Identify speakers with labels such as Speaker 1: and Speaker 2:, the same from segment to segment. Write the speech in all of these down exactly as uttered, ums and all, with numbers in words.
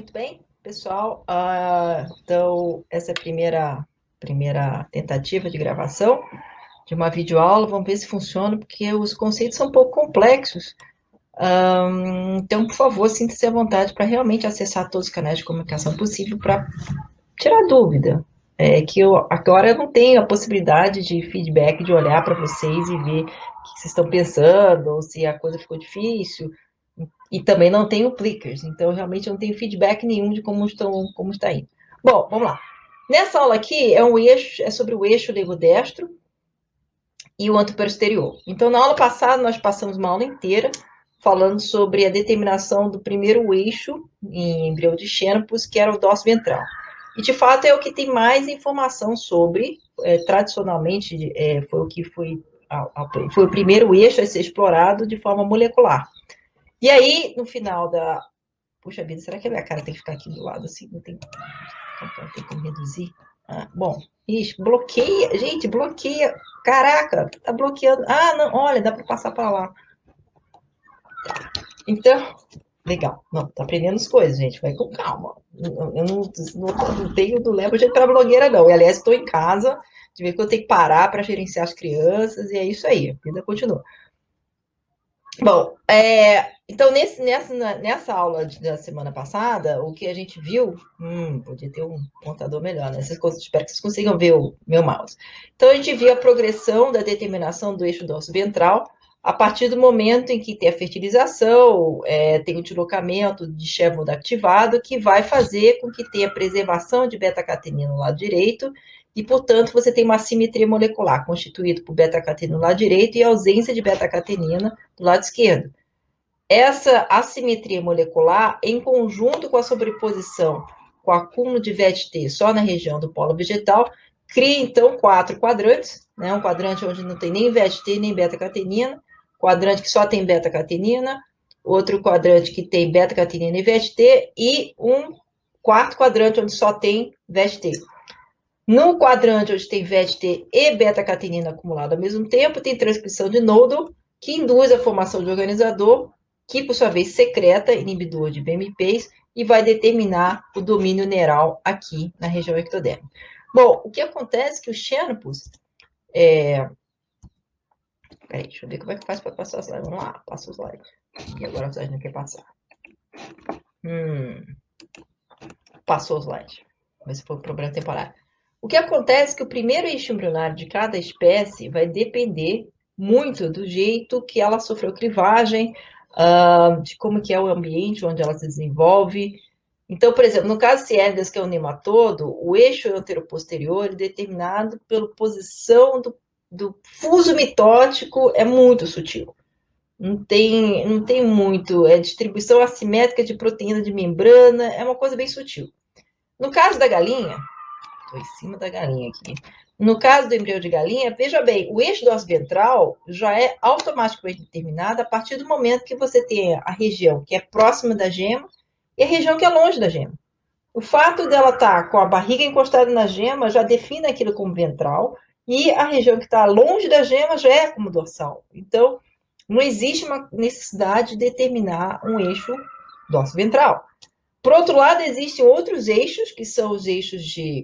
Speaker 1: Muito bem, pessoal. Ah, então, essa é a primeira, primeira tentativa de gravação de uma videoaula. Vamos ver se funciona, porque os conceitos são um pouco complexos. Ahn, então, por favor, sinta-se à vontade para realmente acessar todos os canais de comunicação possível para tirar dúvida. É que eu agora eu não tenho a possibilidade de feedback, de olhar para vocês e ver o que vocês estão pensando, ou se a coisa ficou difícil. E também não tenho clickers, então realmente não tenho feedback nenhum de como, estão, como está indo. Bom, vamos lá. Nessa aula aqui é um eixo, é sobre o eixo levo-destro e o anteposterior. Então, na aula passada, nós passamos uma aula inteira falando sobre a determinação do primeiro eixo em embrião de Xenopus, que era o dórso ventral. E, de fato, é o que tem mais informação sobre, é, tradicionalmente, é, foi o que foi, foi o primeiro eixo a ser explorado de forma molecular. E aí, no final da. Puxa vida, será que a minha cara tem que ficar aqui do lado assim? Não tem, tem como reduzir? Ah, bom, isso, bloqueia. Gente, bloqueia. Caraca, tá bloqueando. Ah, não, olha, dá para passar para lá. Então, legal. Não, tá aprendendo as coisas, gente. Vai com calma. Eu, eu não, não, não tenho, não levo jeito para blogueira, não. E, aliás, estou em casa, de ver que eu tenho que parar para gerenciar as crianças, e é isso aí. A vida continua. Bom, é, então nesse, nessa, nessa aula da semana passada, o que a gente viu, hum, podia ter um contador melhor, né? Essas coisas, espero que vocês consigam ver o meu mouse. Então a gente viu a progressão da determinação do eixo dorso ventral a partir do momento em que tem a fertilização, é, tem o deslocamento de Shepherd ativado, que vai fazer com que tenha preservação de beta-catenina no lado direito e, portanto, você tem uma assimetria molecular, constituída por beta-catenina no lado direito e ausência de beta-catenina do lado esquerdo. Essa assimetria molecular, em conjunto com a sobreposição com o acúmulo de V E T T só na região do polo vegetal, cria, então, quatro quadrantes, né? Um quadrante onde não tem nem V E T T nem beta-catenina, quadrante que só tem beta-catenina, outro quadrante que tem beta-catenina e V E T T, e um quarto quadrante onde só tem V E T T. No quadrante onde tem V E T T e beta-catenina acumulado ao mesmo tempo, tem transcrição de nodo, que induz a formação de organizador, que, por sua vez, secreta inibidor de B M Ps e vai determinar o domínio neural aqui na região ectodérmica. Bom, o que acontece é que o Xenopus... É... Peraí, deixa eu ver como é que faz para passar o slide. Vamos lá, passa o slide. E agora o slide não quer passar. Hum... Passou o slide. Mas foi um problema temporário. O que acontece é que o primeiro eixo embrionário de cada espécie vai depender muito do jeito que ela sofreu clivagem, uh, de como que é o ambiente onde ela se desenvolve. Então, por exemplo, no caso de Ciergas, que é um nematodo, o eixo anteroposterior é determinado pela posição do, do fuso mitótico, é muito sutil. Não tem, não tem muito, é distribuição assimétrica de proteína de membrana, é uma coisa bem sutil. No caso da galinha, estou em cima da galinha aqui. No caso do embrião de galinha, veja bem, o eixo dorso ventral já é automaticamente determinado a partir do momento que você tem a região que é próxima da gema e a região que é longe da gema. O fato dela estar com a barriga encostada na gema já define aquilo como ventral e a região que está longe da gema já é como dorsal. Então, não existe uma necessidade de determinar um eixo dorso ventral. Por outro lado, existem outros eixos, que são os eixos de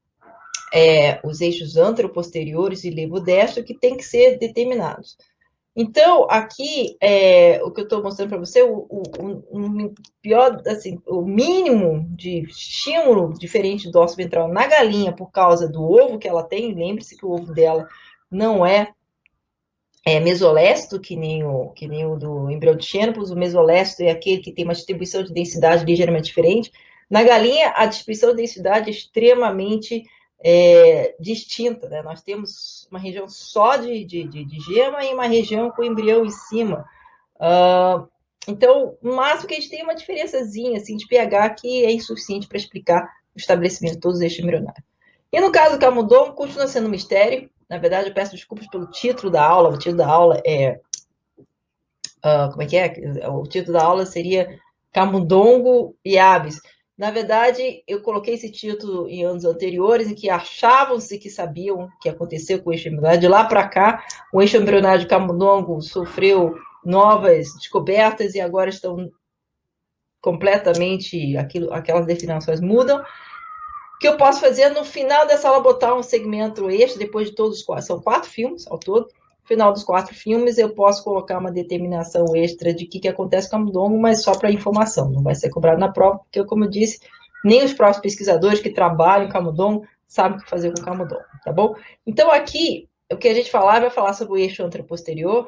Speaker 1: é, os eixos anteroposteriores e levo-destro, que têm que ser determinados. Então, aqui, é, o que eu estou mostrando para você, o, o, o, pior, assim, o mínimo de estímulo diferente do dorso ventral na galinha por causa do ovo que ela tem. Lembre-se que o ovo dela não é, é mesolécito, que nem, o, que nem o do embrião de Xenopus. O mesolécito é aquele que tem uma distribuição de densidade ligeiramente diferente. Na galinha, a distribuição de densidade é extremamente é, distinta, né? Nós temos uma região só de, de, de, de gema e uma região com embrião em cima. Uh, então, no máximo que a gente tem é uma diferençazinha assim, de pH que é insuficiente para explicar o estabelecimento de todos os eixos embrionários. E no caso do camundongo, continua sendo um mistério. Na verdade, eu peço desculpas pelo título da aula. O título da aula é... Uh, como é que é? O título da aula seria Camundongo e Aves. Na verdade, eu coloquei esse título em anos anteriores, em que achavam-se que sabiam o que aconteceu com o eixo embrionário. De lá para cá, o eixo embrionário de camundongo sofreu novas descobertas e agora estão completamente, aquilo, aquelas definições mudam. O que eu posso fazer no final dessa aula, botar um segmento extra, depois de todos os quatro, são quatro filmes ao todo, no final dos quatro filmes eu posso colocar uma determinação extra de o que, que acontece com o camundongo, mas só para informação, não vai ser cobrado na prova, porque, como eu disse, nem os próprios pesquisadores que trabalham com camundongo sabem o que fazer com o camundongo, tá bom? Então, aqui, o que a gente falar, vai falar sobre o eixo anteroposterior.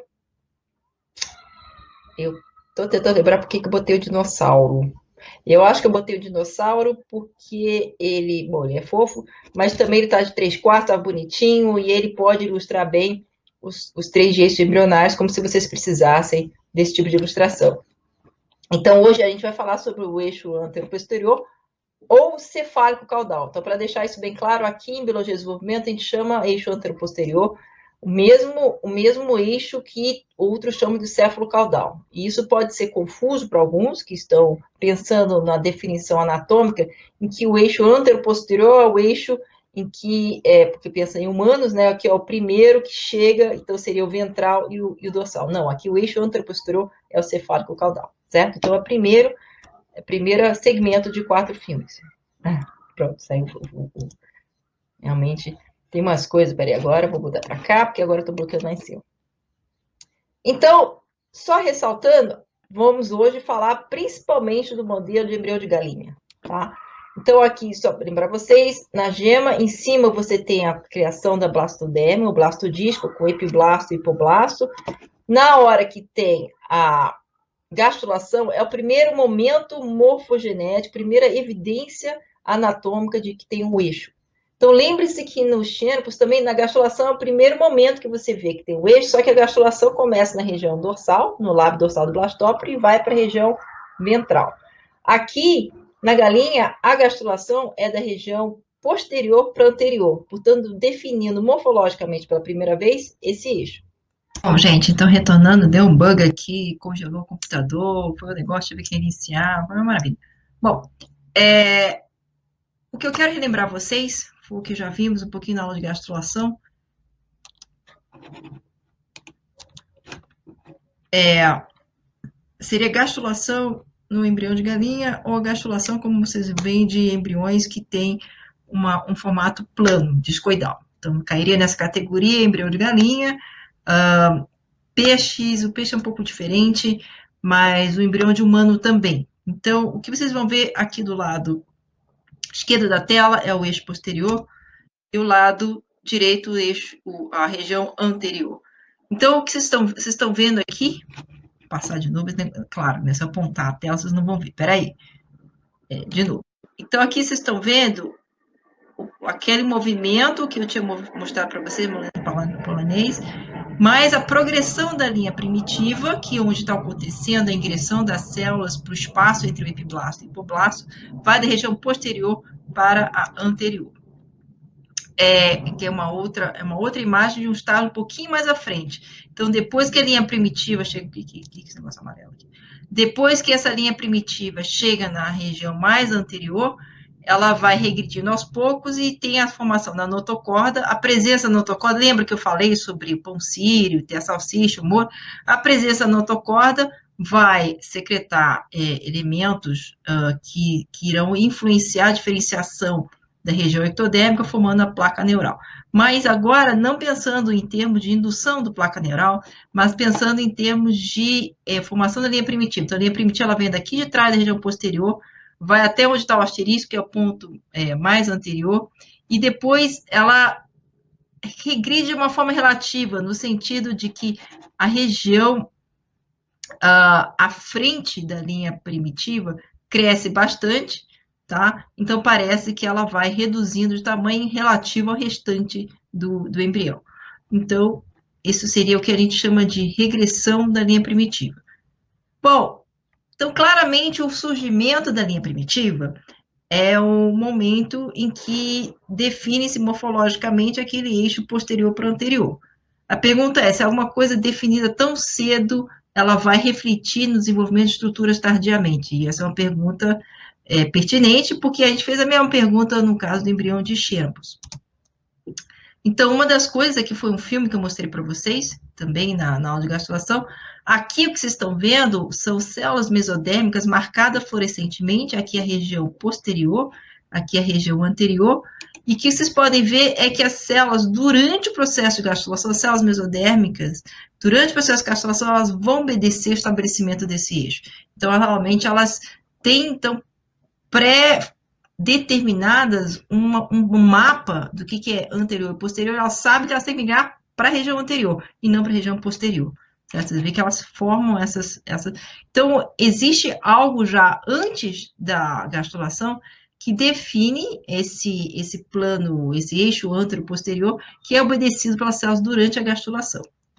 Speaker 1: Eu tô tentando lembrar por que eu botei o dinossauro. Eu acho que eu botei o dinossauro porque ele, bom, ele é fofo, mas também ele tá de três quartos, tá bonitinho, e ele pode ilustrar bem os, os três eixos embrionários, como se vocês precisassem desse tipo de ilustração. Então, hoje a gente vai falar sobre o eixo anteroposterior ou cefálico caudal. Então, para deixar isso bem claro, aqui em Biologia de Desenvolvimento, a gente chama eixo anteroposterior o mesmo, o mesmo eixo que outros chamam de céfalo caudal. E isso pode ser confuso para alguns que estão pensando na definição anatômica, em que o eixo anteroposterior é o eixo em que, é, porque pensa em humanos, né, que é o primeiro que chega, então seria o ventral e o, e o dorsal. Não, aqui o eixo anteroposterior é o cefálico caudal, certo? Então, é o primeiro, é o primeiro segmento de quatro filmes. Ah, pronto, saiu o, o, o, realmente... Tem umas coisas, peraí, agora eu vou mudar para cá, porque agora eu estou bloqueando lá em cima. Então, só ressaltando, vamos hoje falar principalmente do modelo de embrião de galinha, tá? Então, aqui, só para lembrar vocês, na gema, em cima você tem a criação da blastoderma, o blastodisco, com epiblasto e hipoblasto. Na hora que tem a gastrulação, é o primeiro momento morfogenético, primeira evidência anatômica de que tem um eixo. Então, lembre-se que nos xenopos também, na gastrulação, é o primeiro momento que você vê que tem o eixo, só que a gastrulação começa na região dorsal, no lábio dorsal do blastóporo, e vai para a região ventral. Aqui, na galinha, a gastrulação é da região posterior para anterior, portanto, definindo morfologicamente pela primeira vez esse eixo. Bom, gente, então retornando, deu um bug aqui, congelou o computador, foi um negócio, tive que reiniciar, foi uma maravilha. Bom, é, o que eu quero relembrar vocês, foi o que já vimos um pouquinho na aula de gastrulação, é, seria gastrulação no embrião de galinha ou gastrulação, como vocês veem, de embriões que têm uma, um formato plano, discoidal. Então, cairia nessa categoria embrião de galinha. Uh, peixes, o peixe é um pouco diferente, mas o embrião de humano também. Então, o que vocês vão ver aqui do lado esquerdo da tela é o eixo posterior e o lado direito, o eixo, a região anterior. Então, o que vocês estão, vocês estão vendo aqui, vou passar de novo, claro, né, se eu apontar a tela, vocês não vão ver, peraí, é, de novo. Então, aqui vocês estão vendo aquele movimento que eu tinha mostrado para vocês, movimento polonês, mas a progressão da linha primitiva, que é onde está acontecendo a ingressão das células para o espaço entre o epiblasto e o hipoblasto, vai da região posterior para a anterior. É, que é uma outra, é uma outra imagem de um estado um pouquinho mais à frente. Então, depois que a linha primitiva chega... Que, que, que esse negócio amarelo aqui? Depois que essa linha primitiva chega na região mais anterior, ela vai regredindo aos poucos e tem a formação da notocorda, a presença da notocorda, lembra que eu falei sobre o pão sírio, ter a salsicha, o molho? A presença da notocorda vai secretar é, elementos uh, que, que irão influenciar a diferenciação da região ectodérmica, formando a placa neural. Mas agora, não pensando em termos de indução do placa neural, mas pensando em termos de é, formação da linha primitiva. Então, a linha primitiva ela vem daqui de trás da região posterior, vai até onde está o asterisco, que é o ponto é, mais anterior, e depois ela regride de uma forma relativa, no sentido de que a região uh, à frente da linha primitiva cresce bastante, tá? Então, parece que ela vai reduzindo de tamanho relativo ao restante do, do embrião. Então, isso seria o que a gente chama de regressão da linha primitiva. Bom, então, claramente, o surgimento da linha primitiva é o momento em que define-se morfologicamente aquele eixo posterior para o anterior. A pergunta é, se alguma coisa definida tão cedo, ela vai refletir no desenvolvimento de estruturas tardiamente? E essa é uma pergunta é, pertinente, porque a gente fez a mesma pergunta no caso do embrião de Xenopus. Então, uma das coisas aqui foi um filme que eu mostrei para vocês, também na, na aula de gastrulação. Aqui o que vocês estão vendo são células mesodérmicas marcadas fluorescentemente, aqui a região posterior, aqui a região anterior, e o que vocês podem ver é que as células, durante o processo de gastrulação, as células mesodérmicas, durante o processo de gastrulação, elas vão obedecer o estabelecimento desse eixo. Então, realmente, elas têm, então, pré-determinadas uma, um mapa do que, que é anterior e posterior, elas sabem que elas têm que migrar para a região anterior e não para a região posterior. Você vê que elas formam essas, essas... Então, existe algo já antes da gastrulação que define esse, esse plano, esse eixo antero-posterior, que é obedecido pelas células durante a gastrulação.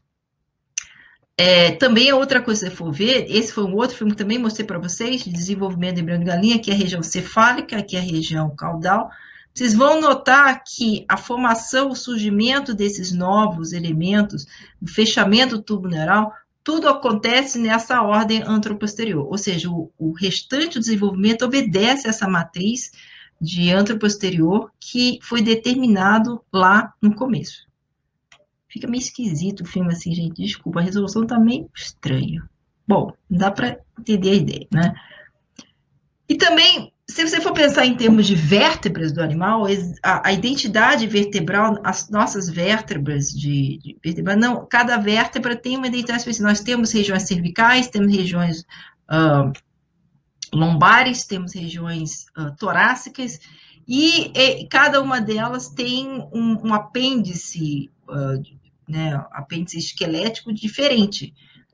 Speaker 1: É, também é outra coisa que você for ver, esse foi um outro filme que também mostrei para vocês, de desenvolvimento do embrião de galinha, aqui é a região cefálica, aqui é a região caudal. Vocês vão notar que a formação, o surgimento desses novos elementos, o fechamento do tubo neural, tudo acontece nessa ordem anteroposterior, ou seja, o, o restante do desenvolvimento obedece a essa matriz de anteroposterior que foi determinado lá no começo. Fica meio esquisito o filme assim, gente, desculpa, a resolução tá meio estranha. Bom, dá para entender a ideia, né? E também, se você for pensar em termos de vértebras do animal, a, a identidade vertebral, as nossas vértebras de, de vértebra, não, cada vértebra tem uma identidade específica. Nós temos regiões cervicais, temos regiões uh, lombares, temos regiões uh, torácicas, e, e cada uma delas tem um, um apêndice, uh, né, apêndice esquelético diferente.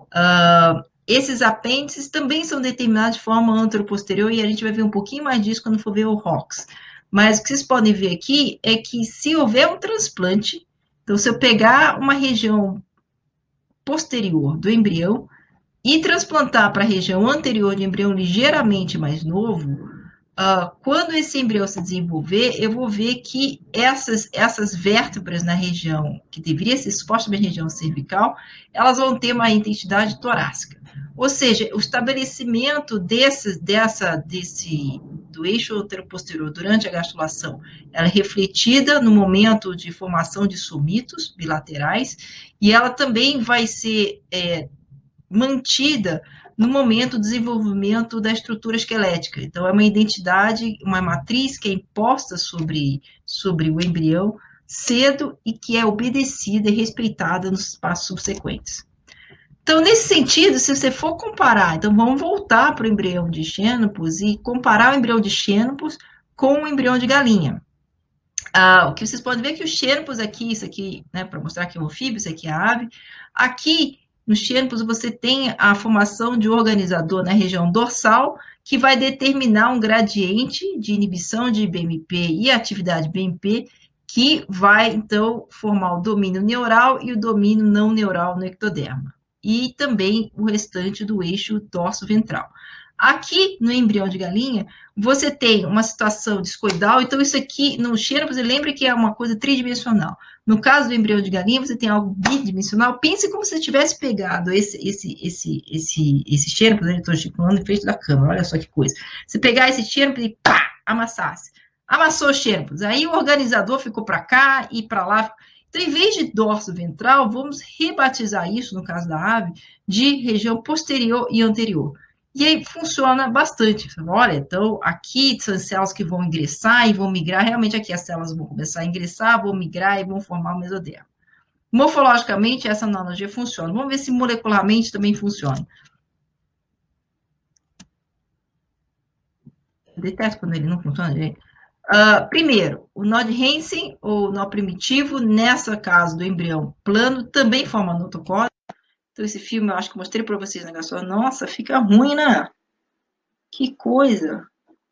Speaker 1: Uh, esses apêndices também são determinados de forma anteroposterior, e a gente vai ver um pouquinho mais disso quando for ver o R O X. Mas o que vocês podem ver aqui é que se houver um transplante, então se eu pegar uma região posterior do embrião e transplantar para a região anterior de embrião ligeiramente mais novo, Uh, quando esse embrião se desenvolver, eu vou ver que essas, essas vértebras na região, que deveria ser supostamente região cervical, elas vão ter uma identidade torácica. Ou seja, o estabelecimento desse, dessa, desse, do eixo anteroposterior durante a gastrulação, ela é refletida no momento de formação de somitos bilaterais, e ela também vai ser é, mantida no momento do desenvolvimento da estrutura esquelética. Então, é uma identidade, uma matriz que é imposta sobre, sobre o embrião cedo e que é obedecida e respeitada nos passos subsequentes. Então, nesse sentido, se você for comparar, então vamos voltar para o embrião de Xenopus e comparar o embrião de Xenopus com o embrião de galinha. Ah, o que vocês podem ver é que o Xenopus aqui, isso aqui, né, para mostrar que é o anfíbio, isso aqui é a ave, aqui nos Xenopus, você tem a formação de organizador na região dorsal, que vai determinar um gradiente de inibição de B M P e atividade B M P, que vai, então, formar o domínio neural e o domínio não neural no ectoderma. E também o restante do eixo dorso-ventral. Aqui, no embrião de galinha, você tem uma situação discoidal, então isso aqui, no Xenopus, você lembra que é uma coisa tridimensional. No caso do embrião de galinha, você tem algo bidimensional. Pense como se você tivesse pegado esse, esse, esse, esse, esse Xenopus, eu estou gesticulando em frente da câmera, olha só que coisa. Você pegar esse Xenopus e pá, amassasse. Amassou o Xenopus, aí o organizador ficou para cá e para lá. Então, em vez de dorso ventral, vamos rebatizar isso, no caso da ave, de região posterior e anterior. E aí funciona bastante. Olha, então aqui são células que vão ingressar e vão migrar. Realmente aqui as células vão começar a ingressar, vão migrar e vão formar o mesodermo. Morfologicamente, essa analogia funciona. Vamos ver se molecularmente também funciona. Eu detesto quando ele não funciona, gente. Uh, primeiro, o nó de Hansen, ou nó primitivo, nessa caso do embrião plano, também forma notocorda. Então, esse filme eu acho que mostrei para vocês na gastrose. Nossa, fica ruim, né? Que coisa.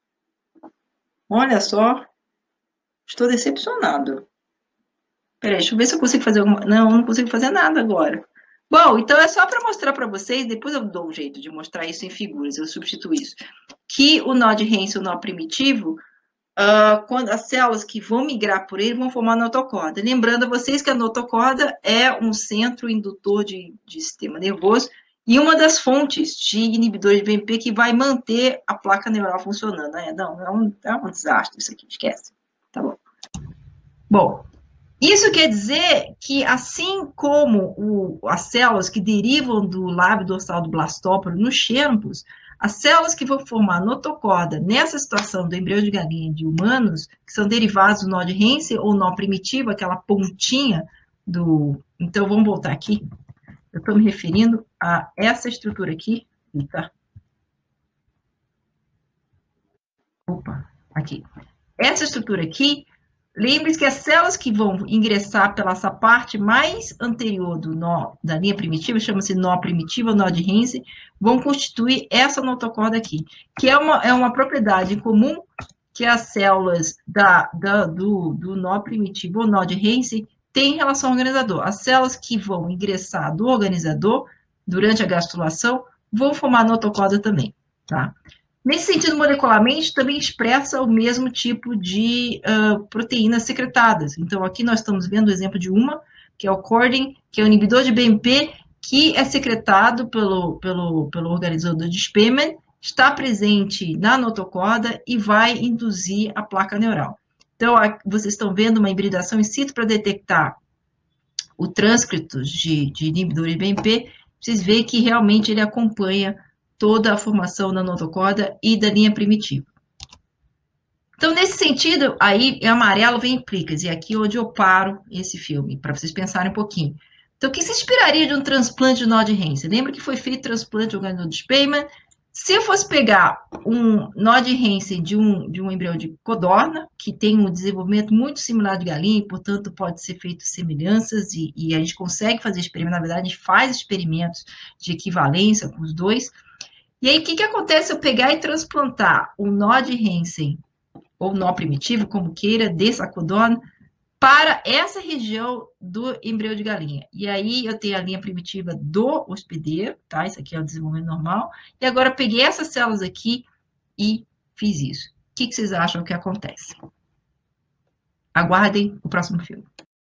Speaker 1: Olha só. Estou decepcionado. Peraí, deixa eu ver se eu consigo fazer alguma... Não, não consigo fazer nada agora. Bom, então é só para mostrar para vocês, depois eu dou um jeito de mostrar isso em figuras, eu substituo isso, que o nó de Hansen, o nó primitivo, uh, quando as células que vão migrar por ele vão formar a notocorda. Lembrando a vocês que a notocorda é um centro indutor de, de sistema nervoso e uma das fontes de inibidores de B M P que vai manter a placa neural funcionando. Né? Não, é um, é um desastre isso aqui, esquece. Tá bom. Bom, Isso quer dizer que, assim como o, as células que derivam do lábio dorsal do blastóporo no xenopus, as células que vão formar notocorda nessa situação do embrião de galinha de humanos, que são derivados do nó de Henle ou nó primitivo, aquela pontinha do... Então, vamos voltar aqui. Eu estou me referindo a essa estrutura aqui. Tá? Opa, aqui. Essa estrutura aqui, lembre-se que as células que vão ingressar pela essa parte mais anterior do nó, da linha primitiva, chama-se nó primitivo, nó de Henle, vão constituir essa notocorda aqui, que é uma, é uma propriedade comum que as células da, da, do, do nó primitivo ou nó de Henle têm em relação ao organizador. As células que vão ingressar do organizador durante a gastrulação vão formar notocorda também, tá? Nesse sentido, molecularmente, também expressa o mesmo tipo de uh, proteínas secretadas. Então, aqui nós estamos vendo o exemplo de uma, que é o cordin, que é o inibidor de B M P, que é secretado pelo, pelo, pelo organizador de Spearman, está presente na notocorda e vai induzir a placa neural. Então, vocês estão vendo uma hibridação in situ para detectar o transcrito de, de inibidor de B M P, vocês veem que realmente ele acompanha toda a formação da notocorda e da linha primitiva. Então, nesse sentido, aí em amarelo vem implicas, e aqui é onde eu paro esse filme, para vocês pensarem um pouquinho. Então, o que se inspiraria de um transplante de nó de Henle? Lembra que foi feito transplante de organizador de Spearman? Se eu fosse pegar um nó de Henle de um, de um embrião de codorna, que tem um desenvolvimento muito similar de galinha, e, portanto, pode ser feito semelhanças, e, e a gente consegue fazer experimentos, na verdade, a gente faz experimentos de equivalência com os dois. E aí, o que, que acontece se eu pegar e transplantar um nó de Henle, ou nó primitivo, como queira, dessa codorna, para essa região do embrião de galinha. E aí eu tenho a linha primitiva do hospedeiro, tá? Isso aqui é o desenvolvimento normal. E agora eu peguei essas células aqui e fiz isso. O que, que vocês acham que acontece? Aguardem o próximo filme.